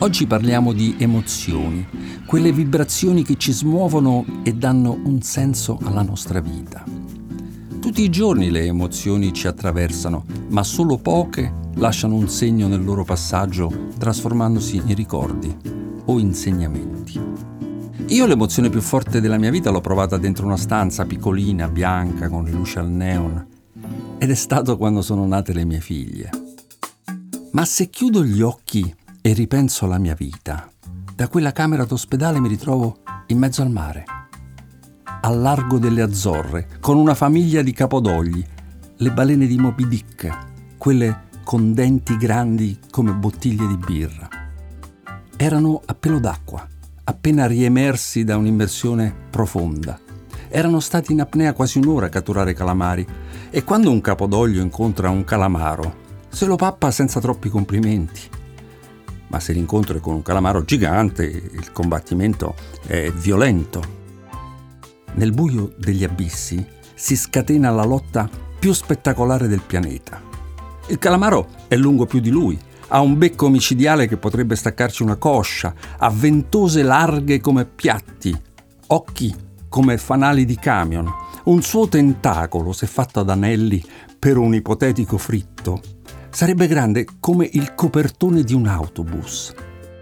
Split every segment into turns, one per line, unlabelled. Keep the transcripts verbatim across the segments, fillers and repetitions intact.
Oggi parliamo di emozioni, quelle vibrazioni che ci smuovono e danno un senso alla nostra vita. Tutti i giorni le emozioni ci attraversano, ma solo poche lasciano un segno nel loro passaggio, trasformandosi in ricordi o insegnamenti. Io l'emozione più forte della mia vita l'ho provata dentro una stanza piccolina, bianca, con le luci al neon, ed è stato quando sono nate le mie figlie. Ma se chiudo gli occhi e ripenso alla mia vita, da quella camera d'ospedale mi ritrovo in mezzo al mare, al largo delle Azzorre, con una famiglia di capodogli, le balene di Moby Dick, quelle con denti grandi come bottiglie di birra. Erano a pelo d'acqua, appena riemersi da un'immersione profonda. Erano stati in apnea quasi un'ora a catturare calamari, e quando un capodoglio incontra un calamaro, se lo pappa senza troppi complimenti. Ma se l'incontro è con un calamaro gigante, il combattimento è violento. Nel buio degli abissi si scatena la lotta più spettacolare del pianeta. Il calamaro è lungo più di lui, ha un becco micidiale che potrebbe staccarci una coscia, ha ventose larghe come piatti, occhi come fanali di camion. Un suo tentacolo, se fatto ad anelli per un ipotetico fritto, sarebbe grande come il copertone di un autobus.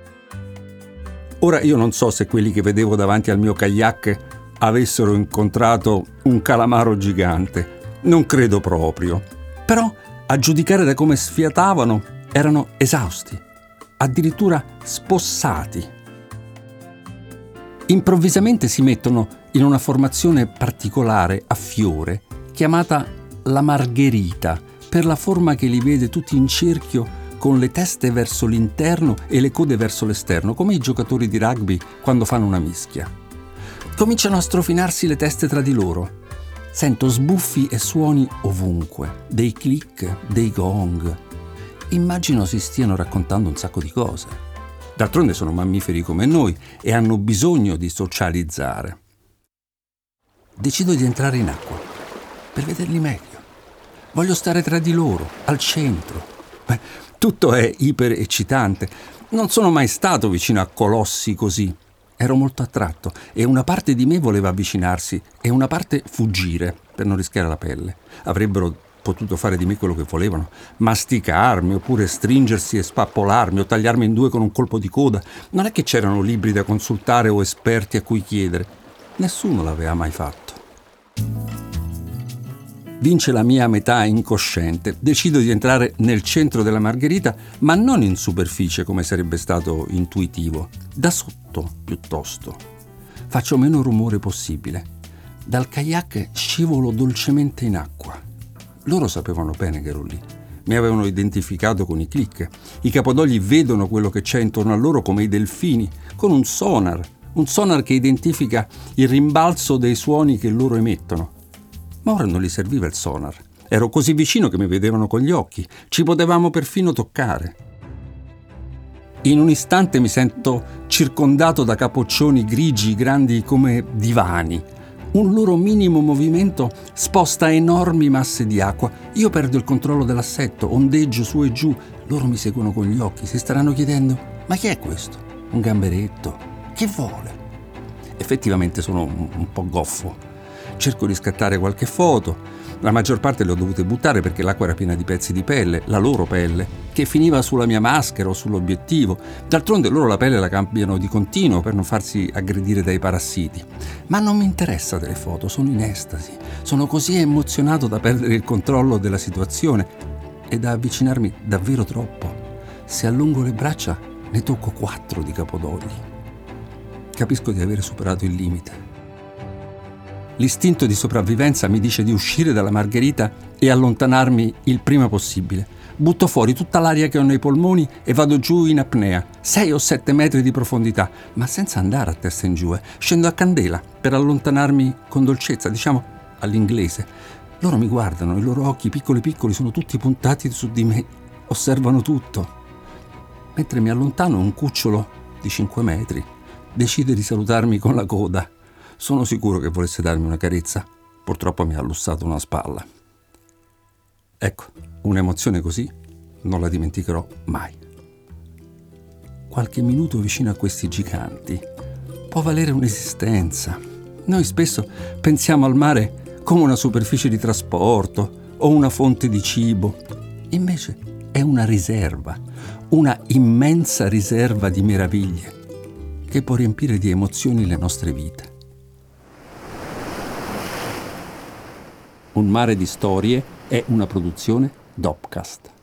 Ora io non so se quelli che vedevo davanti al mio kayak avessero incontrato un calamaro gigante. Non credo proprio. Però, a giudicare da come sfiatavano, erano esausti, addirittura spossati. Improvvisamente si mettono in una formazione particolare a fiore, chiamata la margherita, per la forma che li vede tutti in cerchio, con le teste verso l'interno e le code verso l'esterno, come i giocatori di rugby quando fanno una mischia. Cominciano a strofinarsi le teste tra di loro. Sento sbuffi e suoni ovunque, dei click, dei gong. Immagino si stiano raccontando un sacco di cose. D'altronde sono mammiferi come noi e hanno bisogno di socializzare. Decido di entrare in acqua per vederli meglio. Voglio stare tra di loro, al centro. Beh, tutto è iper eccitante. Non sono mai stato vicino a colossi così. Ero molto attratto e una parte di me voleva avvicinarsi e una parte fuggire per non rischiare la pelle. Avrebbero potuto fare di me quello che volevano, masticarmi oppure stringersi e spappolarmi o tagliarmi in due con un colpo di coda. Non è che c'erano libri da consultare o esperti a cui chiedere. Nessuno l'aveva mai fatto. Vince la mia metà incosciente. Decido di entrare nel centro della margherita, ma non in superficie come sarebbe stato intuitivo. Da sotto, piuttosto. Faccio meno rumore possibile. Dal kayak scivolo dolcemente in acqua. Loro sapevano bene che ero lì. Mi avevano identificato con i click. I capodogli vedono quello che c'è intorno a loro come i delfini, con un sonar. Un sonar che identifica il rimbalzo dei suoni che loro emettono. Ma ora non gli serviva il sonar. Ero così vicino che mi vedevano con gli occhi. Ci potevamo perfino toccare. In un istante mi sento circondato da capoccioni grigi grandi come divani. Un loro minimo movimento sposta enormi masse di acqua. Io perdo il controllo dell'assetto, ondeggio su e giù. Loro mi seguono con gli occhi. Si staranno chiedendo: ma chi è questo? Un gamberetto? Che vuole? Effettivamente sono un, un po' goffo. Cerco di scattare qualche foto. La maggior parte le ho dovute buttare perché l'acqua era piena di pezzi di pelle, la loro pelle, che finiva sulla mia maschera o sull'obiettivo. D'altronde loro la pelle la cambiano di continuo per non farsi aggredire dai parassiti. Ma non mi interessa delle foto, sono in estasi. Sono così emozionato da perdere il controllo della situazione e da avvicinarmi davvero troppo. Se allungo le braccia ne tocco quattro di capodogli. Capisco di avere superato il limite. L'istinto di sopravvivenza mi dice di uscire dalla margherita e allontanarmi il prima possibile. Butto fuori tutta l'aria che ho nei polmoni e vado giù in apnea, sei o sette metri di profondità, ma senza andare a testa in giù. Eh. Scendo a candela per allontanarmi con dolcezza, diciamo all'inglese. Loro mi guardano, i loro occhi piccoli piccoli sono tutti puntati su di me, osservano tutto. Mentre mi allontano, un cucciolo di cinque metri decide di salutarmi con la coda. Sono sicuro che volesse darmi una carezza. Purtroppo mi ha lussato una spalla. Ecco, un'emozione così non la dimenticherò mai. qualche minuto vicino a questi giganti può valere un'esistenza. Noi spesso pensiamo al mare come una superficie di trasporto o una fonte di cibo. Invece è una riserva, una immensa riserva di meraviglie che può riempire di emozioni le nostre vite. Un mare di storie è una produzione Dopcast.